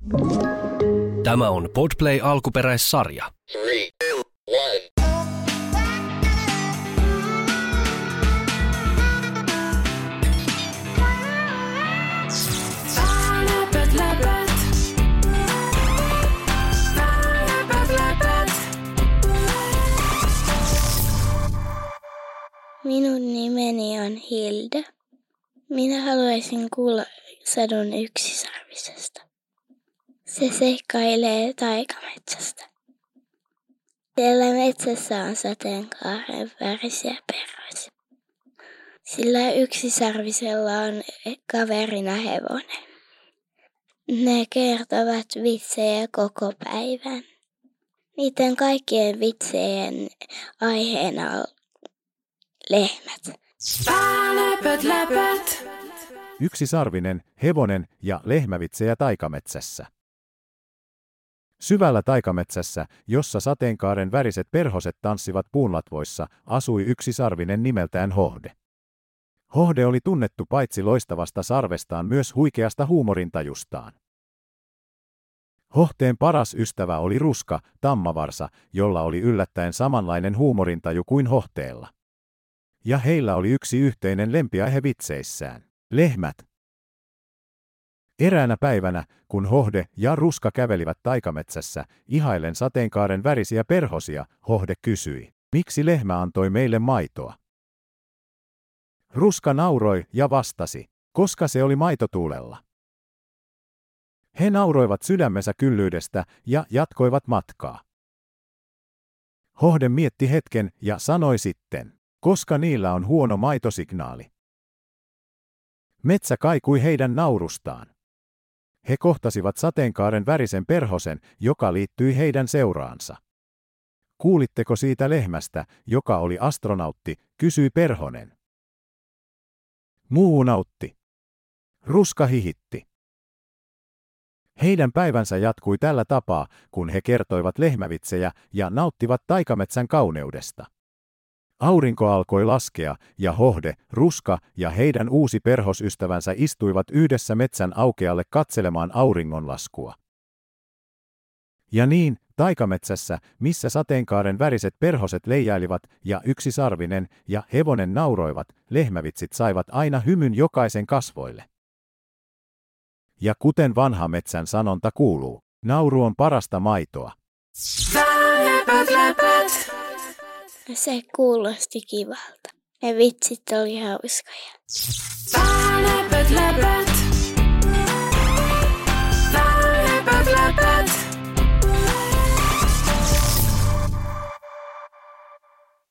Tämä on Podplay alkuperäissarja. 3, 2, 1. Minun nimeni on Hilda. Minä haluaisin kuulla sadun yksisarvisesta. Se seikkailee taikametsästä. Siellä metsässä on sateenkaaren värisiä perhosia. Sillä yksisarvisella on kaverina hevonen. Ne kertovat vitsejä koko päivän. Niiden kaikkien vitsejen aiheena on lehmät. Läpöt. Yksisarvinen, hevonen ja lehmävitsejä taikametsässä. Syvällä taikametsässä, jossa sateenkaaren väriset perhoset tanssivat puunlatvoissa, asui yksisarvinen nimeltään Hohde. Hohde oli tunnettu paitsi loistavasta sarvestaan myös huikeasta huumorintajustaan. Hohteen paras ystävä oli Ruska, tammavarsa, jolla oli yllättäen samanlainen huumorintaju kuin Hohteella. Ja heillä oli yksi yhteinen lempiaihe vitseissään: lehmät. Eräänä päivänä, kun Hohde ja Ruska kävelivät taikametsässä, ihaillen sateenkaaren värisiä perhosia, Hohde kysyi, miksi lehmä antoi meille maitoa. Ruska nauroi ja vastasi, koska se oli maitotuulella. He nauroivat sydämensä kyllyydestä ja jatkoivat matkaa. Hohde mietti hetken ja sanoi sitten, koska niillä on huono maitosignaali. Metsä kaikui heidän naurustaan. He kohtasivat sateenkaaren värisen perhosen, joka liittyi heidän seuraansa. Kuulitteko siitä lehmästä, joka oli astronautti, kysyi perhonen. Muu nautti. Ruska hihitti. Heidän päivänsä jatkui tällä tapaa, kun he kertoivat lehmävitsejä ja nauttivat taikametsän kauneudesta. Aurinko alkoi laskea, ja Hohde, Ruska ja heidän uusi perhosystävänsä istuivat yhdessä metsän aukealle katselemaan auringonlaskua. Ja niin, taikametsässä, missä sateenkaaren väriset perhoset leijailivat ja yksisarvinen ja hevonen nauroivat, lehmävitsit saivat aina hymyn jokaisen kasvoille. Ja kuten vanha metsän sanonta kuuluu, nauru on parasta maitoa. Läpöt. Se kuulosti kivalta. Ne vitsit oli hauskoja. Läpöt.